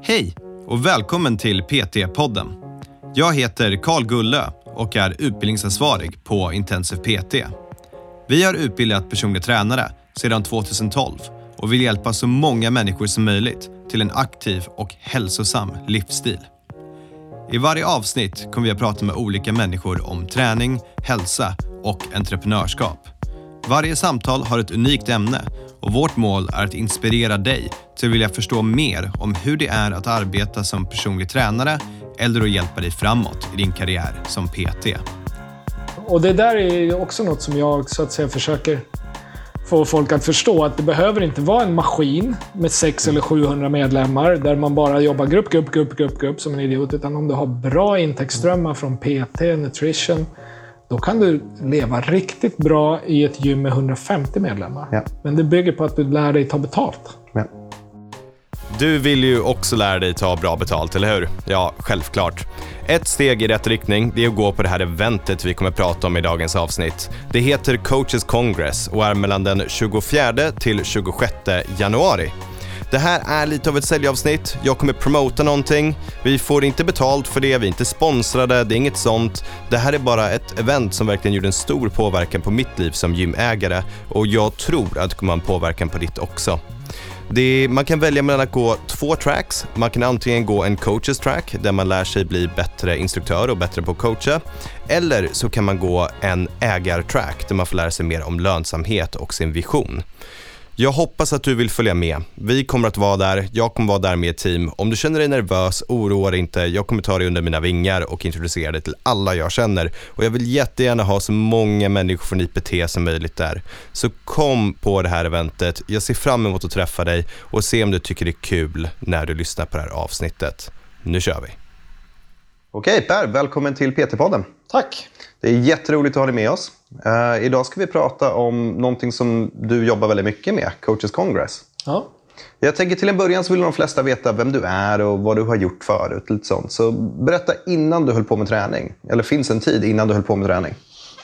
Hej och välkommen till PT-podden. Jag heter Carl Gullö och är utbildningsansvarig på Intensiv PT. Vi har utbildat personliga tränare sedan 2012 och vill hjälpa så många människor som möjligt till en aktiv och hälsosam livsstil. I varje avsnitt kommer vi att prata med olika människor om träning, hälsa och entreprenörskap. Varje samtal har ett unikt ämne och vårt mål är att inspirera dig till att vilja förstå mer om hur det är att arbeta som personlig tränare eller att hjälpa dig framåt i din karriär som PT. Och det där är också något som jag så att säga försöker få folk att förstå, att det behöver inte vara en maskin med 600 eller 700 medlemmar där man bara jobbar grupp som en idiot, utan om du har bra intäktsströmmar från PT, nutrition, då kan du leva riktigt bra i ett gym med 150 medlemmar. Ja. Men det bygger på att du lär dig ta betalt. Ja. Du vill ju också lära dig ta bra betalt, eller hur? Ja, självklart. Ett steg i rätt riktning är att gå på det här eventet vi kommer att prata om i dagens avsnitt. Det heter Coaches Congress och är mellan den 24 till 26 januari. Det här är lite av ett säljavsnitt. Jag kommer promota någonting. Vi får inte betalt för det, vi är inte sponsrade, det är inget sånt. Det här är bara ett event som verkligen gjorde en stor påverkan på mitt liv som gymägare. Och jag tror att det kommer ha en påverkan på ditt också. Man kan välja mellan att gå 2 tracks. Man kan antingen gå en coaches track där man lär sig bli bättre instruktör och bättre på att coacha. Eller så kan man gå en ägartrack där man får lära sig mer om lönsamhet och sin vision. Jag hoppas att du vill följa med. Vi kommer att vara där. Jag kommer vara där med ett team. Om du känner dig nervös, oroa dig inte. Jag kommer ta dig under mina vingar och introducera dig till alla jag känner. Och jag vill jättegärna ha så många människor från IPT som möjligt där. Så kom på det här eventet. Jag ser fram emot att träffa dig och se om du tycker det är kul när du lyssnar på det här avsnittet. Nu kör vi. Okej Per, välkommen till PT-podden. Tack. Det är jätteroligt att ha dig med oss. Idag ska vi prata om någonting som du jobbar väldigt mycket med, Coaches Congress. Ja. Jag tänker till en början så vill de flesta veta vem du är och vad du har gjort förut. Lite sånt. Så berätta innan du höll på med träning. Eller finns en tid innan du höll på med träning?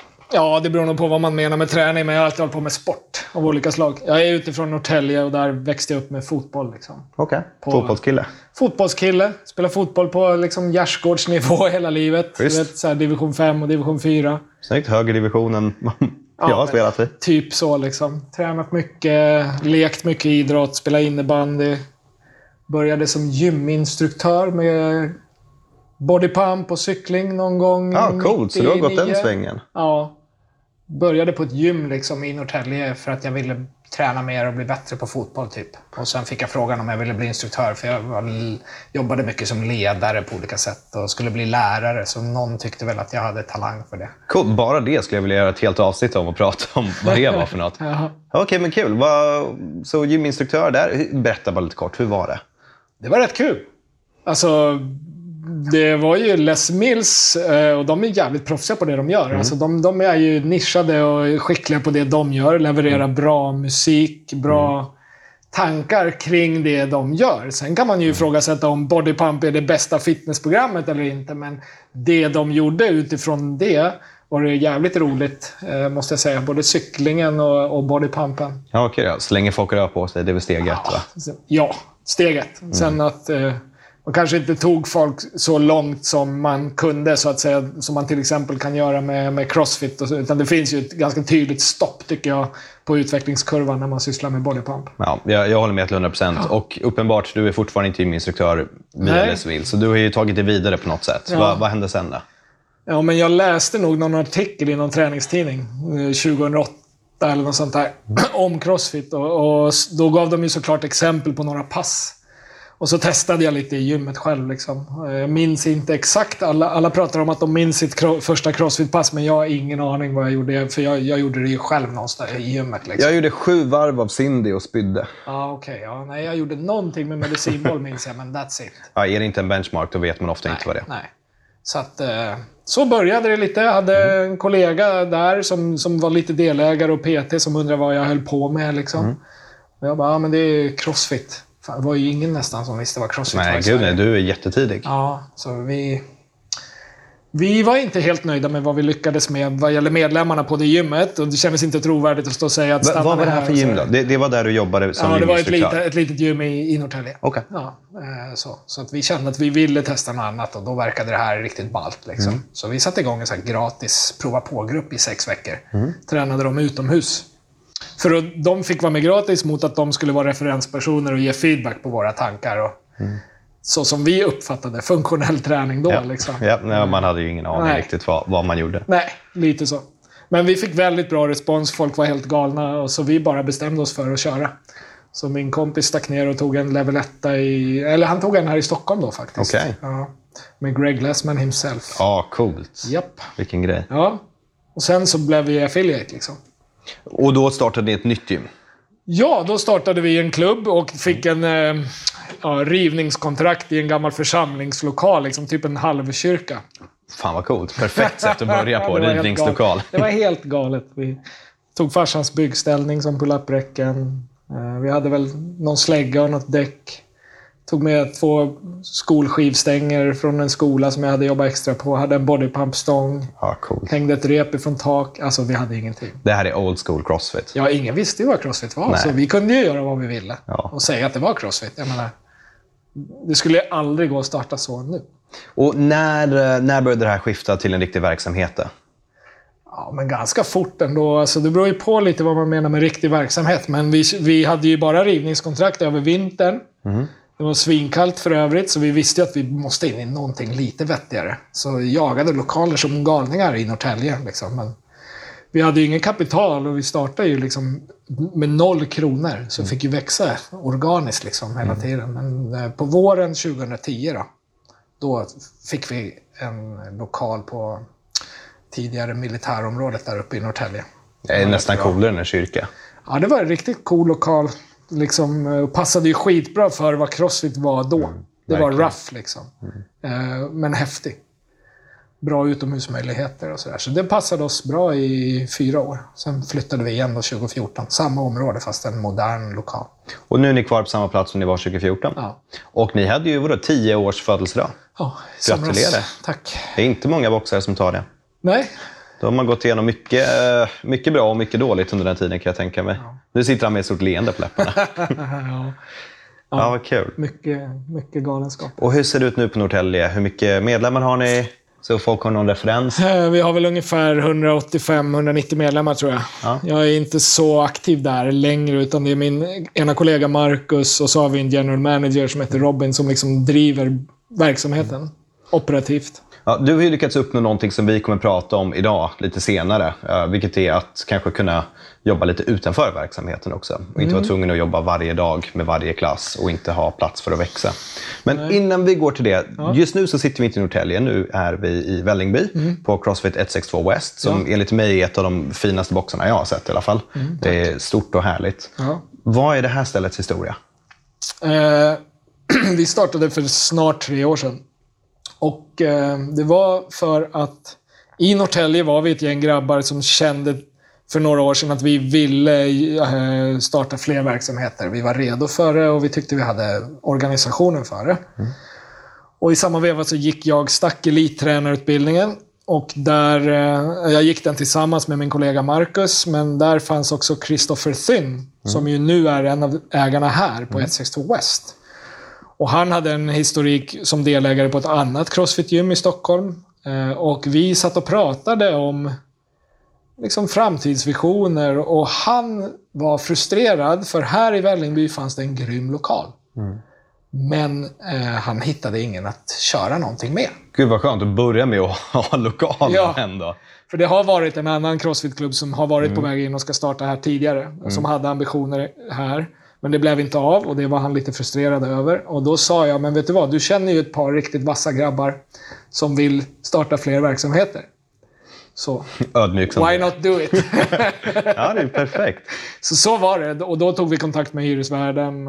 Ja, det beror nog på vad man menar med träning, men jag har alltid hållit på med sport av olika slag. Jag är utifrån Norrtälje och där växte jag upp med fotboll. Liksom. Okej, fotbollskille? Fotbollskille. Spelar fotboll på liksom gärdsgårdsnivå hela livet. Du vet, så här, division 5 och division 4. Snyggt, högre divisionen jag har spelat i. Typ så liksom. Tränat mycket, lekt mycket idrott, spelat innebandy. Började som gyminstruktör med bodypump och cykling någon gång. Ja, coolt. Så du har gått den svängen. Ja. Började på ett gym liksom i Norrtälje för att jag ville träna mer och bli bättre på fotboll typ. Och sen fick jag frågan om jag ville bli instruktör, för jag jobbade mycket som ledare på olika sätt och skulle bli lärare, så någon tyckte väl att jag hade talang för det. Cool. Bara det skulle jag vilja göra ett helt avsnitt om och prata om vad det var för något. Okej, men kul. Så gyminstruktör där. Berätta bara lite kort, hur var det? Det var rätt kul. Alltså, det var ju Les Mills och de är jävligt proffsiga på det de gör. Alltså, de är ju nischade och skickliga på det de gör. Levererar bra musik, bra tankar kring det de gör. Sen kan man ju ifrågasätta om bodypump är det bästa fitnessprogrammet eller inte. Men det de gjorde utifrån det var det jävligt roligt, måste jag säga. Både cyklingen och bodypumpen. Ja, okej då. Så länge folk rör på sig, det är väl steget, va? Ja, steget. Sen att man kanske inte tog folk så långt som man kunde, så att säga, som man till exempel kan göra med CrossFit och så, utan det finns ju ett ganska tydligt stopp, tycker jag, på utvecklingskurvan när man sysslar med bodypump. Ja, jag håller med till 100%. Ja. Och uppenbart, du är fortfarande inte gyminstruktör via Les Mills, så du har ju tagit det vidare på något sätt. Ja. Vad hände sen då? Ja, men jag läste nog någon artikel i någon träningstidning 2008 eller något sånt där om CrossFit, och då gav de ju såklart exempel på några pass. Och så testade jag lite i gymmet själv. Liksom. Jag minns inte exakt. Alla pratar om att de minns sitt första CrossFit-pass, men jag har ingen aning vad jag gjorde. För jag gjorde det ju själv någonstans i gymmet. Liksom. Jag gjorde 7 varv av Cindy och spydde. Ja, okej. Ja, nej, jag gjorde någonting med medicinboll, minns jag, men that's it. Ja, är det inte en benchmark, då vet man ofta inte vad det är. Nej. Så att, så började det lite. Jag hade en kollega där som var lite delägare och PT som undrade vad jag höll på med. Liksom. Och jag bara, men det är CrossFit. Fan, det var ju ingen nästan som visste vad CrossFit var. Nej, gud nej, du är jättetidig. Ja, så Vi var inte helt nöjda med vad vi lyckades med vad gäller medlemmarna på det gymmet. Och det kändes inte trovärdigt att stå och säga att Vad var det här för gym då? Det var där du jobbade som gyminstruktör? Ja, det var ett litet gym i Norrtälje. Okay. Ja, så att vi kände att vi ville testa något annat och då verkade det här riktigt ballt. Liksom. Så vi satte igång en sån här gratis prova-på-grupp i 6 veckor. Tränade dem utomhus. För att de fick vara med gratis mot att de skulle vara referenspersoner och ge feedback på våra tankar. Och så som vi uppfattade funktionell träning då. Ja. Liksom. Ja, man hade ju ingen aning riktigt vad man gjorde. Nej, lite så. Men vi fick väldigt bra respons. Folk var helt galna och så vi bara bestämde oss för att köra. Så min kompis stack ner och tog en level 1 eller han tog en här i Stockholm då faktiskt. Okej. Ja, med Greg Lessman himself. Ja, coolt. Japp. Vilken grej. Ja. Och sen så blev vi affiliate liksom. Och då startade ni ett nytt gym? Ja, då startade vi en klubb och fick en rivningskontrakt i en gammal församlingslokal, liksom typ en halvkyrka. Fan vad coolt. Perfekt sätt att börja på, rivningslokal. Det var helt galet. Vi tog farsans byggställning som pull-up-räcken. Vi hade väl någon slägga och något däck. Tog med 2 skolskivstänger från en skola som jag hade jobbat extra på. Hade en bodypump-stång. Ja, coolt. Hängde ett rep ifrån tak. Alltså, vi hade ingenting. Det här är old school CrossFit. Ja, ingen visste ju vad CrossFit var. Så vi kunde ju göra vad vi ville. Ja. Och säga att det var CrossFit. Jag menar, det skulle aldrig gå att starta så nu. Och när började det här skifta till en riktig verksamhet då? Ja, men ganska fort ändå. Alltså, det beror ju på lite vad man menar med riktig verksamhet. Men vi hade ju bara rivningskontrakt över vintern. Det var svinkallt för övrigt, så vi visste att vi måste in i någonting lite vettigare. Så vi jagade lokaler som galningar i Norrtälje. Liksom. Men vi hade ju ingen kapital och vi startade ju liksom med 0 kronor. Så fick ju växa organiskt liksom hela tiden. Men på våren 2010 då fick vi en lokal på tidigare militärområdet där uppe i Norrtälje. Det är nästan coolare än en kyrka. Ja, det var en riktigt cool lokal. Liksom, passade ju skitbra för vad CrossFit var då. Det var rough liksom. Men häftig. Bra utomhusmöjligheter och sådär. Så det passade oss bra i 4 år. Sen flyttade vi igen då 2014. Samma område fast en modern lokal. Och nu är ni kvar på samma plats som ni var 2014. Ja. Och ni hade ju 10 års födelsedag. Ja, gratulerar. Tack. Det är inte många boxare som tar det. Nej. Då har man gått igenom mycket bra och mycket dåligt under den tiden kan jag tänka mig. Ja. Nu sitter han med ett stort leende på läpparna. Ja, vad kul. Mycket galenskap. Och hur ser det ut nu på Norrtälje? Hur mycket medlemmar har ni? Så folk har någon referens? Vi har väl ungefär 185-190 medlemmar tror jag. Ja. Jag är inte så aktiv där längre utan det är min ena kollega Marcus och så har vi en general manager som heter Robin som liksom driver verksamheten operativt. Ja, du har ju lyckats uppnå någonting som vi kommer prata om idag lite senare. Vilket är att kanske kunna jobba lite utanför verksamheten också. Och inte vara tvungen att jobba varje dag med varje klass och inte ha plats för att växa. Men innan vi går till det, just nu så sitter vi inte i Norrtälje. Nu är vi i Vällingby på CrossFit 162 West. Som enligt mig är ett av de finaste boxarna jag har sett i alla fall. Det är stort och härligt. Ja. Vad är det här ställets historia? Vi startade för snart 3 år sedan. Och det var för att i Norrtälje var vi ett gäng grabbar som kände för några år sedan att vi ville starta fler verksamheter. Vi var redo för det och vi tyckte vi hade organisationen för det. Och i samma veva så gick jag stack elittränarutbildningen. Och där, jag gick den tillsammans med min kollega Marcus, men där fanns också Christopher Thyn, som ju nu är en av ägarna här på 162 West. Och han hade en historik som delägare på ett annat CrossFit-gym i Stockholm. Och vi satt och pratade om liksom framtidsvisioner. Och han var frustrerad för här i Vällingby fanns det en grym lokal. Men han hittade ingen att köra någonting med. Gud vad skönt att börja med att ha lokalen ändå. För det har varit en annan CrossFit-klubb som har varit på väg in och ska starta här tidigare. Som hade ambitioner här. Men det blev inte av och det var han lite frustrerad över. Och då sa jag, men vet du vad? Du känner ju ett par riktigt vassa grabbar som vill starta fler verksamheter. Så, ödmjuk som why not do it? Ja, det är perfekt. Så var det. Och då tog vi kontakt med hyresvärden.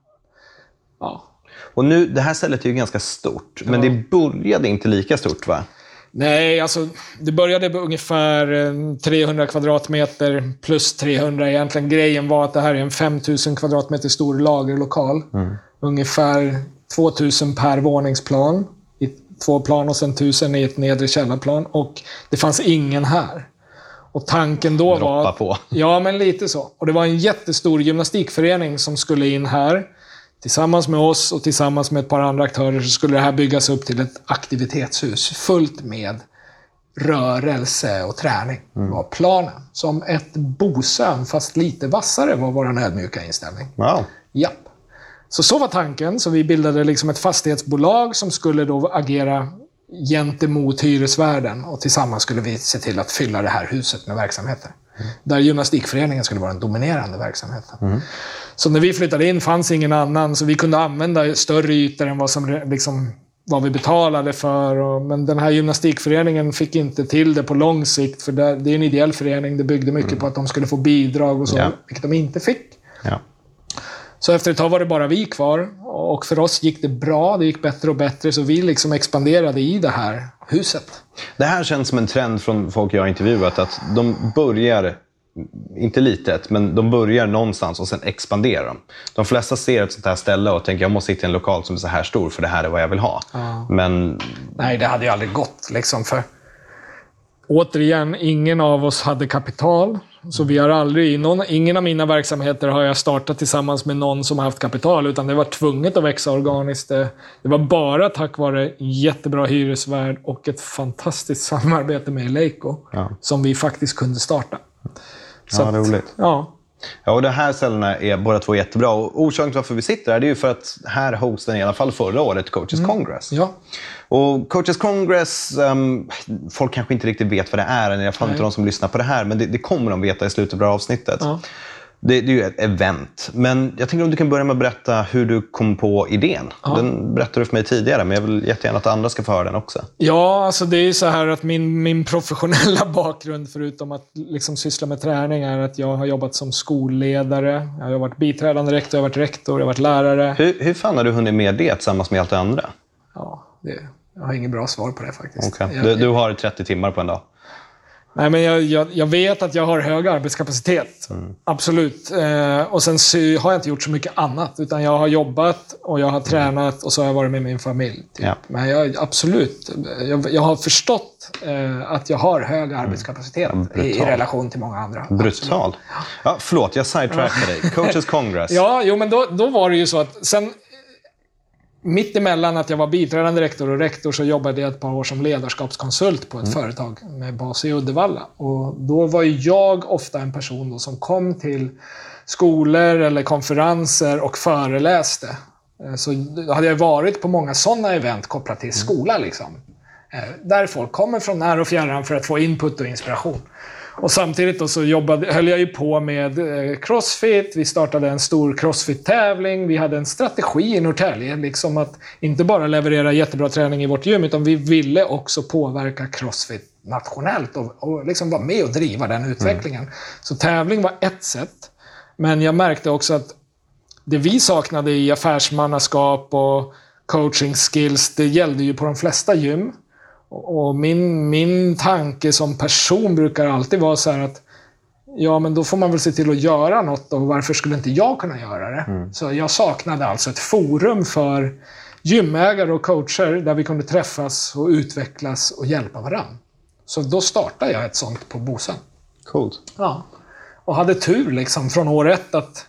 Och nu, det här stället är ju ganska stort. Men det började inte lika stort, va? Nej, alltså det började på ungefär 300 kvadratmeter plus 300 egentligen. Grejen var att det här är en 5000 kvadratmeter stor lagerlokal. Ungefär 2000 per våningsplan i 2 plan och sen 1000 i ett nedre källarplan. Och det fanns ingen här. Och tanken då var... på. Ja, men lite så. Och det var en jättestor gymnastikförening som skulle in här. Tillsammans med oss och tillsammans med ett par andra aktörer så skulle det här byggas upp till ett aktivitetshus. Fullt med rörelse och träning. Var planen. Som ett Bosön, fast lite vassare var vår ödmjuka inställning. Wow. Japp. Så var tanken. Så vi bildade liksom ett fastighetsbolag som skulle då agera gentemot hyresvärden. Och tillsammans skulle vi se till att fylla det här huset med verksamheter. Där gymnastikföreningen skulle vara den dominerande verksamheten. Så när vi flyttade in fanns ingen annan. Så vi kunde använda större ytor än vad som liksom... vad vi betalade för. Men den här gymnastikföreningen fick inte till det på lång sikt. För det är en ideell förening. Det byggde mycket på att de skulle få bidrag och så. Ja. Vilket de inte fick. Ja. Så efter ett tag var det bara vi kvar. Och för oss gick det bra. Det gick bättre och bättre. Så vi liksom expanderade i det här huset. Det här känns som en trend från folk jag har intervjuat. Att de börjar... inte litet, men de börjar någonstans och sen expanderar de. De flesta ser ett sånt här ställe och tänker jag måste hitta en lokal som är så här stor för det här är vad jag vill ha. Ja. Men... Nej, det hade ju aldrig gått liksom för... Återigen, ingen av oss hade kapital. Så vi har aldrig... ingen av mina verksamheter har jag startat tillsammans med någon som har haft kapital. Utan det var tvunget att växa organiskt. Det var bara tack vare jättebra hyresvärd och ett fantastiskt samarbete med Leico. Ja. Som vi faktiskt kunde starta. Så ja, roligt. Ja. Ja, och de här ställena är båda två jättebra. Och orsaken till varför vi sitter här, det är ju för att här hostade i alla fall förra året Coaches Congress. Ja. Och Coaches Congress, folk kanske inte riktigt vet vad det är, i alla fall inte de som lyssnar på det här, men det kommer de veta i slutet av avsnittet. Ja. Det är ju ett event. Men jag tänker om du kan börja med att berätta hur du kom på idén. Ja. Den berättade du för mig tidigare, men jag vill jättegärna att andra ska få höra den också. Ja, alltså det är så här att min professionella bakgrund, förutom att liksom syssla med träning, är att jag har jobbat som skolledare. Jag har varit biträdande rektor, jag har varit rektor, jag har varit lärare. Hur fan har du hunnit med det tillsammans med allt det andra? Ja, jag har ingen bra svar på det faktiskt. Okay. Du har 30 timmar på en dag? Nej, men jag vet att jag har hög arbetskapacitet. Absolut. Och sen har jag inte gjort så mycket annat. Utan jag har jobbat och jag har tränat och så har jag varit med min familj. Typ. Ja. Men jag har förstått att jag har hög arbetskapacitet i relation till många andra. Brutal. Ja, förlåt, jag sidetrackade dig. Coaches Congress. Ja, jo, men då var det ju så att sen... Mitt emellan att jag var biträdande rektor och rektor så jobbade jag ett par år som ledarskapskonsult på ett företag med bas i Uddevalla. Och då var jag ofta en person då som kom till skolor eller konferenser och föreläste. Så hade jag varit på många sådana event kopplat till skola liksom. Där folk kommer från när och fjärran för att få input och inspiration. Och samtidigt då så höll jag ju på med crossfit. Vi startade en stor crossfit-tävling. Vi hade en strategi i Norrtälje. Liksom att inte bara leverera jättebra träning i vårt gym. Utan vi ville också påverka crossfit nationellt. Och liksom vara med och driva den utvecklingen. Så tävling var ett sätt. Men jag märkte också att det vi saknade i affärsmannaskap och coaching skills. Det gällde ju på de flesta gym. Och min tanke som person brukar alltid vara så här att ja, men då får man väl se till att göra något och varför skulle inte jag kunna göra det? Så jag saknade alltså ett forum för gymägare och coacher där vi kunde träffas och utvecklas och hjälpa varandra. Så då startade jag ett sånt på Bosön. Coolt. Ja. Och hade tur liksom från år 1 att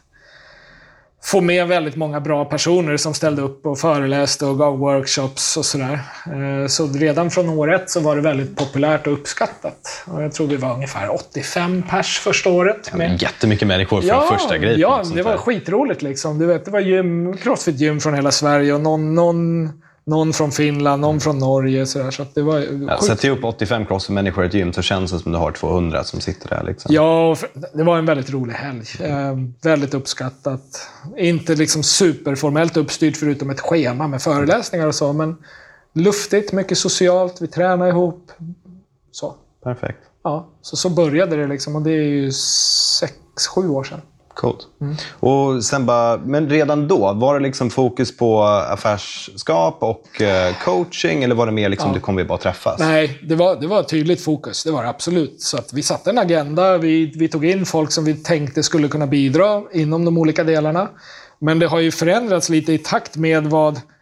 få med väldigt många bra personer som ställde upp och föreläste och gav workshops och sådär. Så redan från år 1 så var det väldigt populärt och uppskattat. Och jag tror vi var ungefär 85 pers första året. Med... Jättemycket människor från första grejen. Ja, det var skitroligt liksom. Du vet, det var crossfit-gym från hela Sverige och någon från Finland, någon från Norge. Så att det var sätter upp 85 crossfit-människor i ett gym så känns det som du har 200 som sitter där. Liksom. Ja, det var en väldigt rolig helg. Väldigt uppskattat. Inte liksom superformellt uppstyrt förutom ett schema med föreläsningar och så. Men luftigt, mycket socialt. Vi tränade ihop. Så. Perfekt. Ja, så började det liksom. Och det är ju 6-7 år sedan. Coolt. Och sen men redan då, var det liksom fokus på affärsskap och coaching eller var det mer liksom du kommer bara träffas? Nej, det var ett tydligt fokus, det var det absolut. Så att vi satte en agenda, vi tog in folk som vi tänkte skulle kunna bidra inom de olika delarna. Men det har ju förändrats lite i takt med vad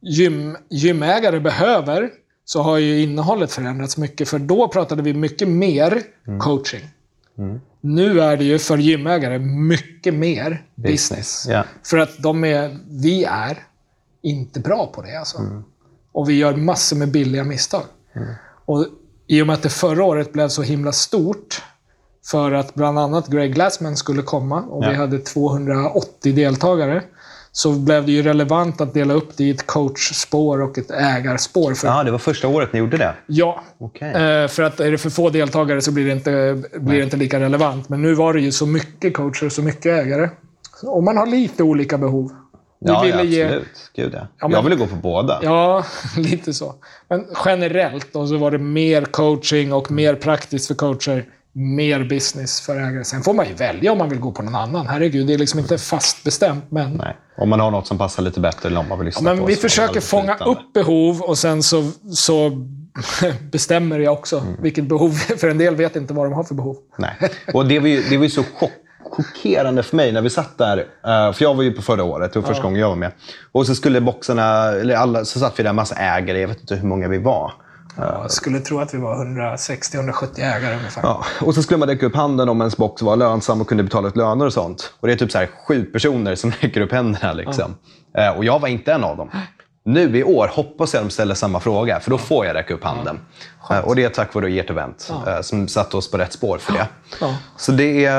gymägare behöver, så har ju innehållet förändrats mycket. För då pratade vi mycket mer coaching. Nu är det ju för gymägare mycket mer business. Yeah. För att vi är inte bra på det alltså. Och vi gör massor med billiga misstag. Och i och med att det förra året blev så himla stort, för att bland annat Greg Glassman skulle komma och vi hade 280 deltagare, så blev det ju relevant att dela upp det i ett coachspår och ett ägarspår. Ja, det var första året ni gjorde det? Ja, för att är det för få deltagare så blir det inte lika relevant. Men nu var det ju så mycket coacher och så mycket ägare. Och man har lite olika behov. Absolut. Gud, ja. Jag ville gå på båda. Ja, lite så. Men generellt då, så var det mer coaching och mer praktiskt för coacher. Mer business för ägare. Sen får man ju välja om man vill gå på någon annan. Herregud, det är liksom inte fast bestämt. Men... Nej. Om man har något som passar lite bättre eller om man vill lyssna på. Men vi försöker fånga upp behov och sen så bestämmer jag också vilket behov. För en del vet inte vad de har för behov. Nej. Och det var ju så chockerande för mig när vi satt där. För jag var ju på förra året, det var första gången jag var med. Och så skulle boxarna, eller alla, så satt vi där en massa ägare. Jag vet inte hur många vi var. Jag skulle tro att vi var 160-170 ägare ungefär. Ja, och så skulle man räcka upp handen om ens box var lönsam och kunde betala ut löner och sånt. Och det är typ så här 7 personer som räcker upp händerna liksom. Och jag var inte en av dem. Nu i år hoppas jag de ställer samma fråga, för då får jag räcka upp handen. Och det är tack vare ert event som satte oss på rätt spår för det. Så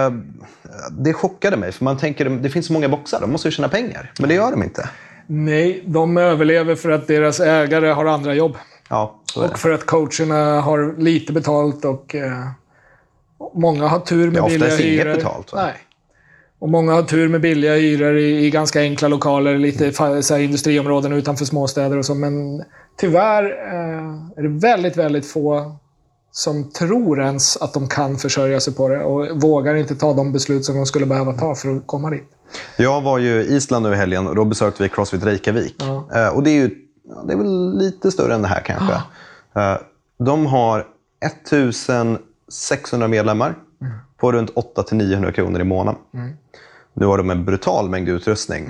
det chockade mig, för man tänker det finns så många boxar, de måste ju tjäna pengar. Men det gör de inte. Nej, de överlever för att deras ägare har andra jobb. Ja, och för att coacherna har lite betalt och många har tur med billiga hyror. Inget betalt, va? Nej. Och många har tur med billiga hyror i ganska enkla lokaler, lite så här, industriområden utanför småstäder och så. Men tyvärr är det väldigt, väldigt få som tror ens att de kan försörja sig på det och vågar inte ta de beslut som de skulle behöva ta för att komma dit. Jag var ju i Island nu i helgen och då besökte vi CrossFit Reykjavik. Och det är väl lite större än det här kanske. De har 1600 medlemmar på runt 800-900 kronor i månaden. Nu har de en brutal mängd utrustning.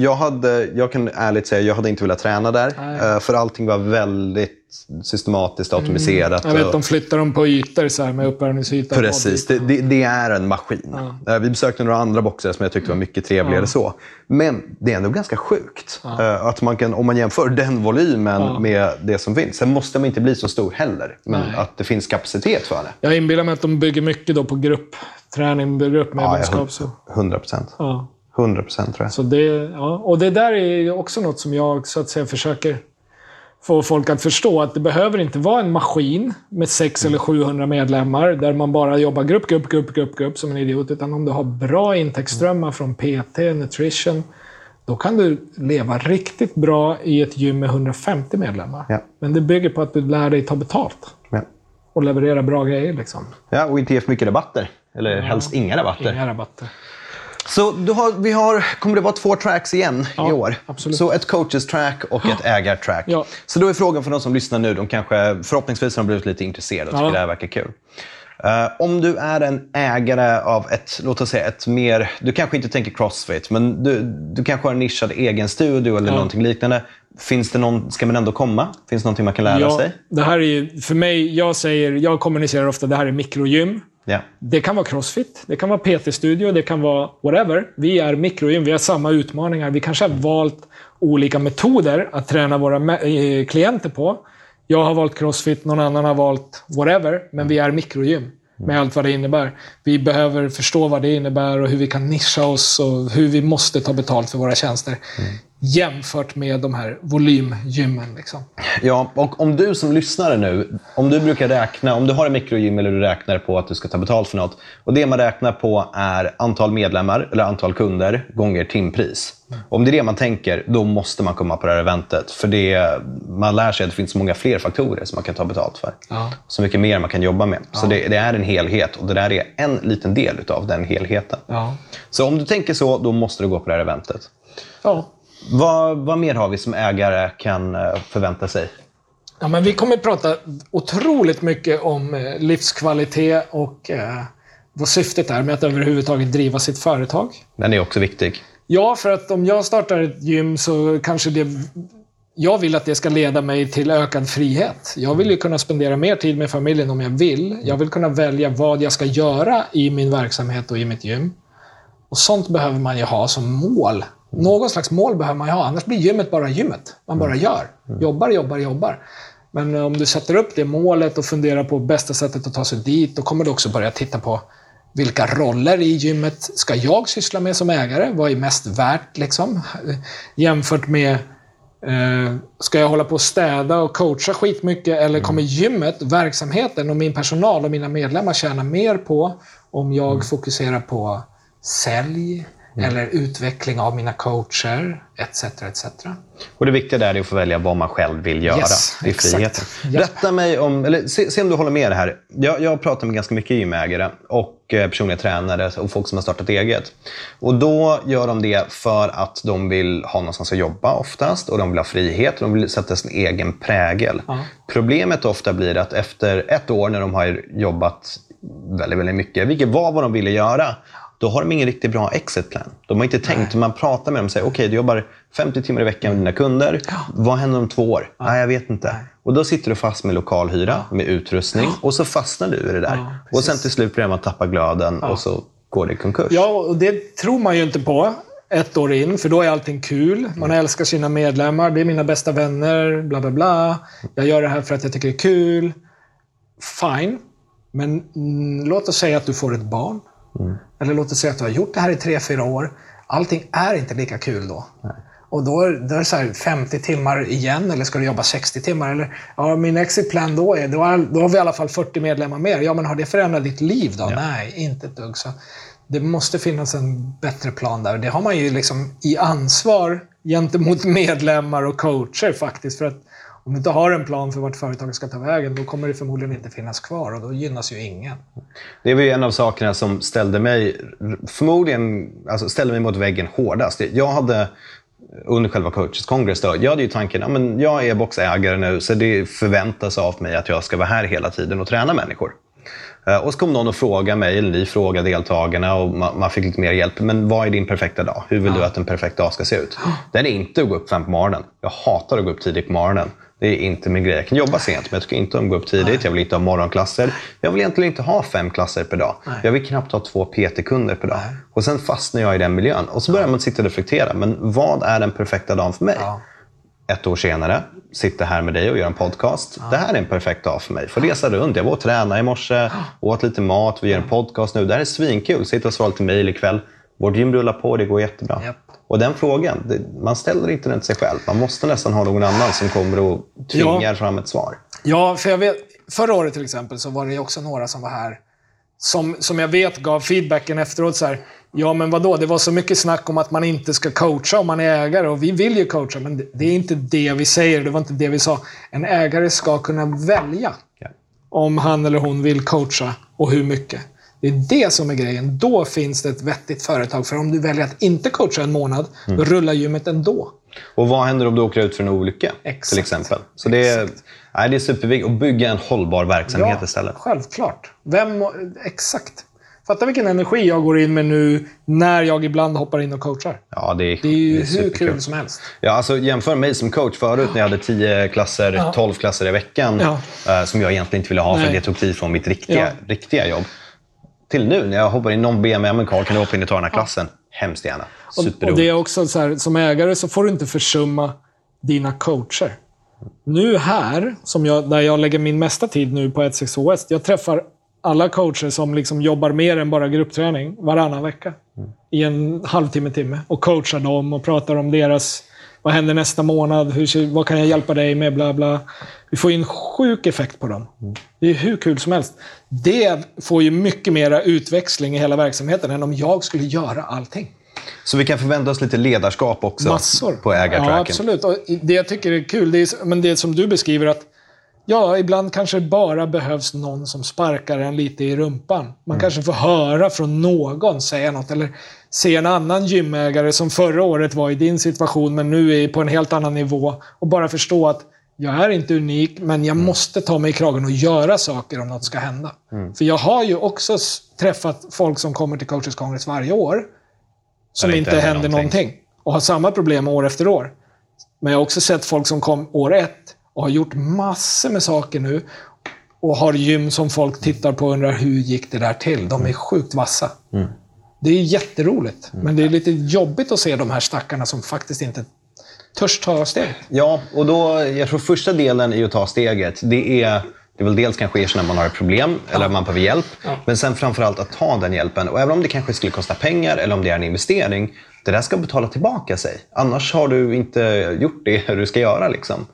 Jag kan ärligt säga, jag hade inte velat träna där. För allting var väldigt systematiskt automatiserat. Jag vet, de flyttar dem på ytor så här, med uppvärmningsytor. Precis, det är en maskin. Vi besökte några andra boxare som jag tyckte var mycket trevligare så. Men det är ändå ganska sjukt. Att man kan, om man jämför den volymen med det som finns. Sen måste man inte bli så stor heller. Men att det finns kapacitet för det. Jag inbillar mig att de bygger mycket då på gruppträning, gruppmedlemskap. 100%. 100% tror jag. Så och det där är också något som jag så att säga försöker få folk att förstå, att det behöver inte vara en maskin med 600 eller 700 medlemmar där man bara jobbar grupp som en idiot, utan om du har bra intäktsströmmar från PT, nutrition, då kan du leva riktigt bra i ett gym med 150 medlemmar. Men det bygger på att du lär dig ta betalt och leverera bra grejer liksom. Ja, och inte ge för mycket rabatter. Eller helst inga rabatter. Inga rabatter. Så kommer det vara 2 tracks igen i år. Absolut. Så ett coaches track och ett ägartrack. Så då är frågan för de som lyssnar nu, de kanske förhoppningsvis har blivit lite intresserade och tycker det här verkar kul. Om du är en ägare av låt oss säga ett mer, du kanske inte tänker CrossFit, men du kanske har en nischad egen studio eller någonting liknande. Finns det ska man ändå komma? Finns det någonting man kan lära sig? Det här är för mig, jag kommunicerar ofta, det här är mikrogym. Det kan vara CrossFit, det kan vara PT-studio, det kan vara whatever. Vi är mikrogym, vi har samma utmaningar. Vi kanske har valt olika metoder att träna våra klienter på. Jag har valt CrossFit, någon annan har valt whatever. Men vi är mikrogym med allt vad det innebär. Vi behöver förstå vad det innebär och hur vi kan nischa oss och hur vi måste ta betalt för våra tjänster. Jämfört med de här volymgymmen liksom. Ja, och om du som lyssnare nu, om du brukar räkna, om du har en mikrogym eller du räknar på att du ska ta betalt för något, och det man räknar på är antal medlemmar eller antal kunder gånger timpris. Om det är det man tänker, då måste man komma på det här eventet. För man lär sig att det finns så många fler faktorer som man kan ta betalt för. Så mycket mer man kan jobba med. Så det är en helhet och det där är en liten del av den helheten. Så om du tänker så, då måste du gå på det här eventet. Vad mer har vi som ägare kan förvänta sig? Men vi kommer att prata otroligt mycket om livskvalitet och vad syftet är med att överhuvudtaget driva sitt företag. Den är också viktig. Ja, för att om jag startar ett gym så kanske det jag vill att det ska leda mig till ökad frihet. Jag vill ju kunna spendera mer tid med familjen om jag vill. Jag vill kunna välja vad jag ska göra i min verksamhet och i mitt gym. Och sånt behöver man ju ha som mål. Någon slags mål behöver man ju ha, annars blir gymmet bara gymmet. Man bara gör. Jobbar. Men om du sätter upp det målet och funderar på bästa sättet att ta sig dit, då kommer du också börja titta på vilka roller i gymmet ska jag syssla med som ägare? Vad är mest värt liksom? Jämfört med ska jag hålla på att städa och coacha skitmycket, eller kommer gymmet, verksamheten och min personal och mina medlemmar tjäna mer på om jag fokuserar på sälj eller utveckling av mina coacher, etc. Och det viktiga där är att få välja vad man själv vill göra. Det är friheten. Berätta mig om, eller se om du håller med det här. Jag pratar med ganska mycket gymägare och personliga tränare och folk som har startat eget. Och då gör de det för att de vill ha någonstans att jobba oftast, och de vill ha frihet och de vill sätta sin egen prägel. Problemet ofta blir att efter ett år när de har jobbat väldigt, väldigt mycket, vilket var vad de ville göra, då har de ingen riktigt bra exit plan. De har inte tänkt, man pratar med dem och säger okej, du jobbar 50 timmar i veckan med dina kunder. Vad händer om 2 år? Nej, jag vet inte. Och då sitter du fast med lokalhyra, med utrustning, och så fastnar du i det där. Och sen till slut börjar man tappa glöden och så går det i konkurs. Ja, och det tror man ju inte på ett år in, för då är allting kul. Man älskar sina medlemmar, det är mina bästa vänner, bla bla bla. Jag gör det här för att jag tycker det är kul. Fine. Men låt oss säga att du får ett barn. Eller låt oss säga att du har gjort det här i 3-4 år. Allting är inte lika kul då. Nej. Och då är det så här 50 timmar igen, eller ska du jobba 60 timmar? Eller, ja, min exit plan då har vi i alla fall 40 medlemmar mer. Ja, men har det förändrat ditt liv då? Ja. Nej, inte ett dugg. Så det måste finnas en bättre plan där. Det har man ju liksom i ansvar gentemot medlemmar och coacher faktiskt. För att om du inte har en plan för vart företaget ska ta vägen, då kommer det förmodligen inte finnas kvar, och då gynnas ju ingen. Det var ju en av sakerna som ställde mig mot väggen hårdast. Jag hade under själva Coaches Congress då, jag hade ju tanken, men jag är boxägare nu, så det förväntas av mig att jag ska vara här hela tiden och träna människor. Och så kom någon och frågade mig, eller ni frågade deltagarna, och man fick lite mer hjälp. Men vad är din perfekta dag? Hur vill du att en perfekt dag ska se ut? Den är inte att gå upp 5 på morgonen. Jag hatar att gå upp tidigt på morgonen. Det är inte min grej. Jag kan jobba sent, men jag tycker inte om att gå upp tidigt. Jag vill inte ha morgonklasser. Jag vill egentligen inte ha 5 klasser per dag. Jag vill knappt ha 2 PT-kunder per dag. Och sen fastnar jag i den miljön. Och så börjar man sitta och reflektera. Men vad är den perfekta dagen för mig? 1 år senare, sitter här med dig och gör en podcast. Det här är en perfekt dag för mig. Får resa runt. Jag var och träna i morse, åt lite mat, vi gör en podcast nu. Det här är svinkul. Sitter och svarar lite mejl ikväll. Vårt gym rullar på, det går jättebra. Och den frågan, man ställer inte den till sig själv. Man måste nästan ha någon annan som kommer och tvingar fram ett svar. Ja, för jag vet, förra året till exempel så var det också några som var här som jag vet gav feedbacken efteråt så här: ja men vadå, det var så mycket snack om att man inte ska coacha om man är ägare, och vi vill ju coacha, men det är inte det vi säger, det var inte det vi sa. En ägare ska kunna välja om han eller hon vill coacha och hur mycket. Det är det som är grejen. Då finns det ett vettigt företag. För om du väljer att inte coacha en månad, då rullar gymmet ändå. Och vad händer om du åker ut för en olycka? Till exempel. Så det är superviktigt att bygga en hållbar verksamhet istället. Självklart. Exakt. Fatta vilken energi jag går in med nu när jag ibland hoppar in och coachar. Ja, det är ju hur kul som helst. Ja, alltså jämför mig som coach förut när jag hade 10 klasser, 12 klasser i veckan. Som jag egentligen inte ville ha för att det tog tid från mitt riktiga jobb. Till nu när jag hoppar in någon BM, men Carl, kan du hoppa in och ta den här klassen? Hemskt gärna. Och det är också så här, som ägare så får du inte försumma dina coacher. Nu här, där jag lägger min mesta tid nu på 162 jag träffar alla coacher som liksom jobbar mer än bara gruppträning varannan vecka. I en timme och coachar dem och pratar om deras, vad händer nästa månad, vad kan jag hjälpa dig med, bla bla. Vi får ju en sjuk effekt på dem. Det är hur kul som helst. Det får ju mycket mera utväxling i hela verksamheten än om jag skulle göra allting. Så vi kan förvänta oss lite ledarskap också. Massor. På ägartracken. Ja, absolut. Och det jag tycker är kul, men det som du beskriver, att ibland kanske bara behövs någon som sparkar en lite i rumpan. Man kanske får höra från någon säga något, eller se en annan gymägare som förra året var i din situation men nu är på en helt annan nivå, och bara förstå att jag är inte unik, men jag måste ta mig i kragen och göra saker om något ska hända. För jag har ju också träffat folk som kommer till Coaches Congress varje år som inte händer någonting och har samma problem år efter år. Men jag har också sett folk som kom år 1 och har gjort massor med saker nu. Och har gym som folk tittar på och undrar hur gick det där till. De är sjukt vassa. Det är jätteroligt. Men det är lite jobbigt att se de här stackarna som faktiskt inte törs ta steget. Ja, och då, jag tror första delen i att ta steget, det är väl dels kanske erkänna när man har ett problem eller att man behöver hjälp. Men sen framförallt att ta den hjälpen. Och även om det kanske skulle kosta pengar eller om det är en investering, det där ska betala tillbaka sig. Annars har du inte gjort det du ska göra. Liksom.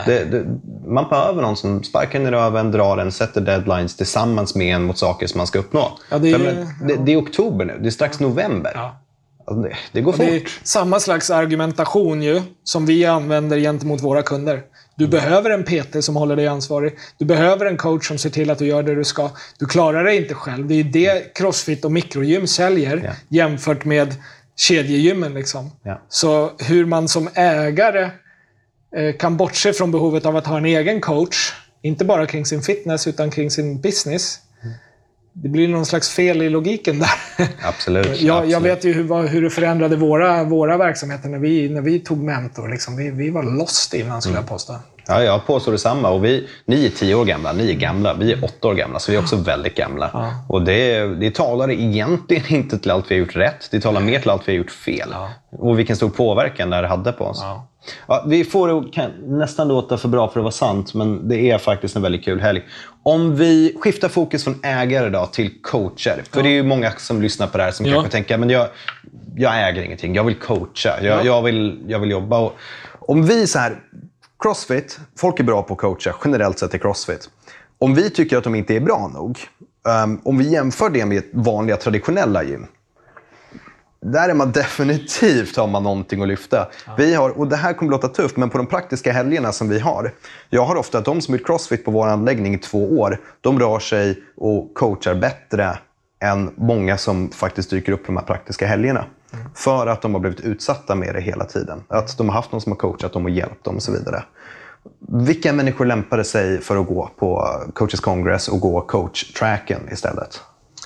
Man behöver någon som sparkar ner öven, drar en, sätter deadlines tillsammans med en mot saker som man ska uppnå. Ja, det är oktober nu, det är strax november. Ja. Alltså det går fort. Det är samma slags argumentation ju, som vi använder gentemot våra kunder. Du behöver en PT som håller dig ansvarig. Du behöver en coach som ser till att du gör det du ska. Du klarar dig inte själv. Det är det CrossFit och mikrogym säljer jämfört med kedjegymmen. Liksom. Så hur man som ägare kan bortse från behovet av att ha en egen coach, inte bara kring sin fitness utan kring sin business. Det blir någon slags fel i logiken där. Absolut. Jag vet ju hur det förändrade våra verksamheter när vi tog mentor. Liksom. Vi var lost innan, skulle jag påstå. Ja, jag påstår detsamma. Och ni är 10 år gamla, ni är gamla. Vi är 8 år gamla, så vi är också väldigt gamla. Ja. Och det talar egentligen inte till allt vi har gjort rätt. Det talar mer till allt vi har gjort fel. Ja. Och vilken stor påverkan det hade på oss. Ja. Ja, vi kan nästan låta för bra för att vara sant, men det är faktiskt en väldigt kul helg. Om vi skiftar fokus från ägare då till coacher. För det är ju många som lyssnar på det här som kanske tänker, men jag äger ingenting, jag vill coacha. Jag vill jobba. Och om vi så här, CrossFit, folk är bra på att coacha generellt sett i CrossFit. Om vi tycker att de inte är bra nog, om vi jämför det med vanliga traditionella gym, där är man definitivt, har man någonting att lyfta. Vi har, och det här kommer låta tufft, men på de praktiska helgerna som vi har. Jag har ofta att de som är CrossFit på vår anläggning i 2 år, de rör sig och coachar bättre än många som faktiskt dyker upp på de här praktiska helgerna. För att de har blivit utsatta med det hela tiden. Att de har haft någon som har coachat dem och hjälpt dem och så vidare. Vilka människor lämpade sig för att gå på Coaches Congress och gå coach-tracken istället?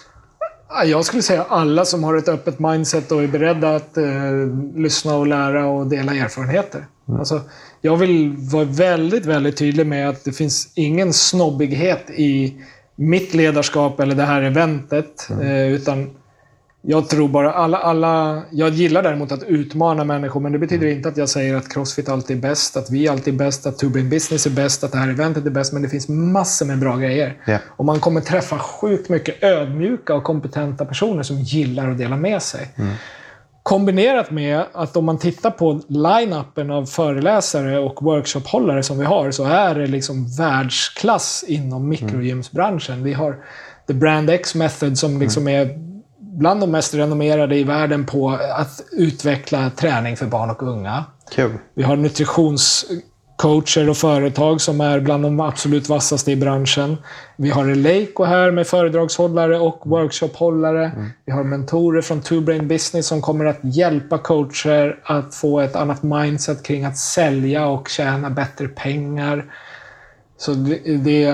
Jag skulle säga alla som har ett öppet mindset och är beredda att lyssna och lära och dela erfarenheter. Alltså, jag vill vara väldigt, väldigt tydlig med att det finns ingen snobbighet i mitt ledarskap eller det här eventet. Utan jag tror bara alla... Jag gillar däremot att utmana människor, men det betyder inte att jag säger att CrossFit alltid är bäst, att vi alltid är bäst, att Two Brain Business är bäst, att det här eventet är bäst, men det finns massor med bra grejer. Yeah. Och man kommer träffa sjukt mycket ödmjuka och kompetenta personer som gillar att dela med sig. Kombinerat med att om man tittar på line-upen av föreläsare och workshophållare som vi har, så är det liksom världsklass inom mikrogymsbranschen. Vi har The Brand X Method som liksom är bland de mest renommerade i världen på att utveckla träning för barn och unga. Kul. Vi har nutritionscoacher och företag som är bland de absolut vassaste i branschen. Vi har Eleiko här med föredragshållare och workshophållare. Vi har mentorer från Two Brain Business som kommer att hjälpa coacher att få ett annat mindset kring att sälja och tjäna bättre pengar. Så det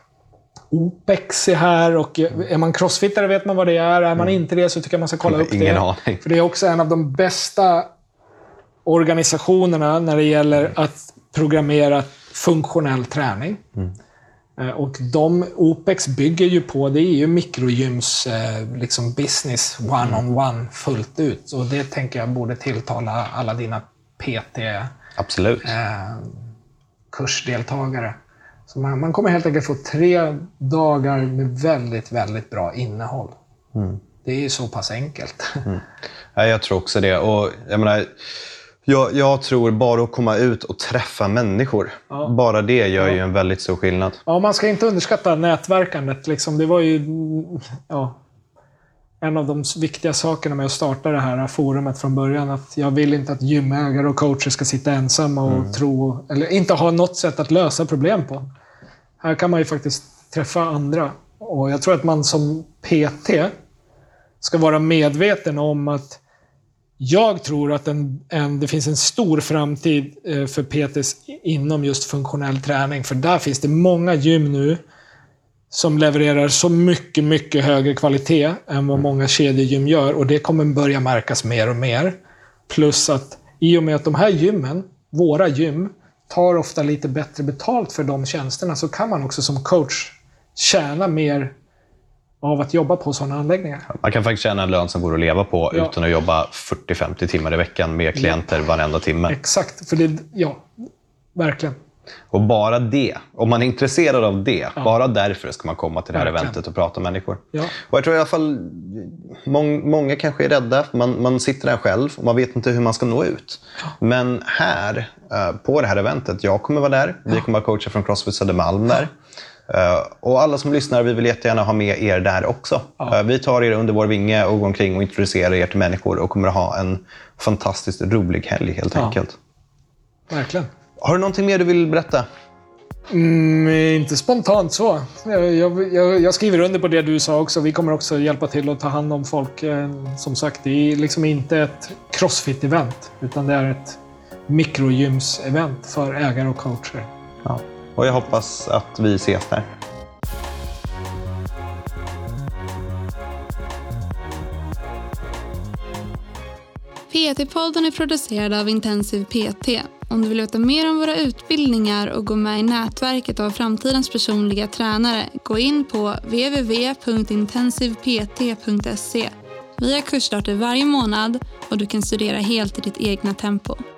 OPEX är här, och är man crossfittare vet man vad det är man inte det så tycker jag man ska kolla upp det. Aning. För det är också en av de bästa organisationerna när det gäller att programmera funktionell träning. Och de OPEX bygger ju på, det är ju mikrogyms liksom business one-on-one fullt ut. Och det tänker jag borde tilltala alla dina PT Absolut. Kursdeltagare. Så man kommer helt enkelt få 3 dagar med väldigt, väldigt bra innehåll. Det är ju så pass enkelt. Ja, jag tror också det. Och jag menar, jag tror bara att komma ut och träffa människor. Ja. Bara det gör ju en väldigt stor skillnad. Ja, man ska inte underskatta nätverkandet. Liksom. Det var ju en av de viktiga sakerna med att starta det här forumet från början. Att jag vill inte att gymägare och coacher ska sitta ensamma och tro, eller inte ha något sätt att lösa problem på. Här kan man ju faktiskt träffa andra. Och jag tror att man som PT ska vara medveten om att jag tror att det finns en stor framtid för PTs inom just funktionell träning. För där finns det många gym nu som levererar så mycket, mycket högre kvalitet än vad många kedjegym gör. Och det kommer börja märkas mer och mer. Plus att i och med att de här gymmen, våra gym tar ofta lite bättre betalt för de tjänsterna, så kan man också som coach tjäna mer av att jobba på sådana anläggningar. Man kan faktiskt tjäna en lön som går att leva på utan att jobba 40-50 timmar i veckan med klienter varenda timme. Exakt, för det, verkligen. Och bara det, om man är intresserad av det, bara därför ska man komma till det här eventet och prata med människor. Ja. Och jag tror i alla fall, många kanske är rädda, man sitter där själv och man vet inte hur man ska nå ut. Men här, på det här eventet, jag kommer vara där, vi kommer vara coacher från CrossFit Södermalm där. Och alla som lyssnar, vi vill jättegärna ha med er där också. Vi tar er under vår vinge och går omkring och introducerar er till människor och kommer att ha en fantastiskt rolig helg helt enkelt. Verkligen. Har du någonting mer du vill berätta? Inte spontant så. Jag skriver under på det du sa också. Vi kommer också hjälpa till att ta hand om folk. Som sagt, det är liksom inte ett CrossFit-event, utan det är ett mikrogyms-event för ägare och coacher. Ja. Och jag hoppas att vi ses där. PT-podden är producerad av Intensiv PT. Om du vill veta mer om våra utbildningar och gå med i nätverket av framtidens personliga tränare, gå in på www.intensivpt.se. Vi har kursstarter varje månad och du kan studera helt i ditt egna tempo.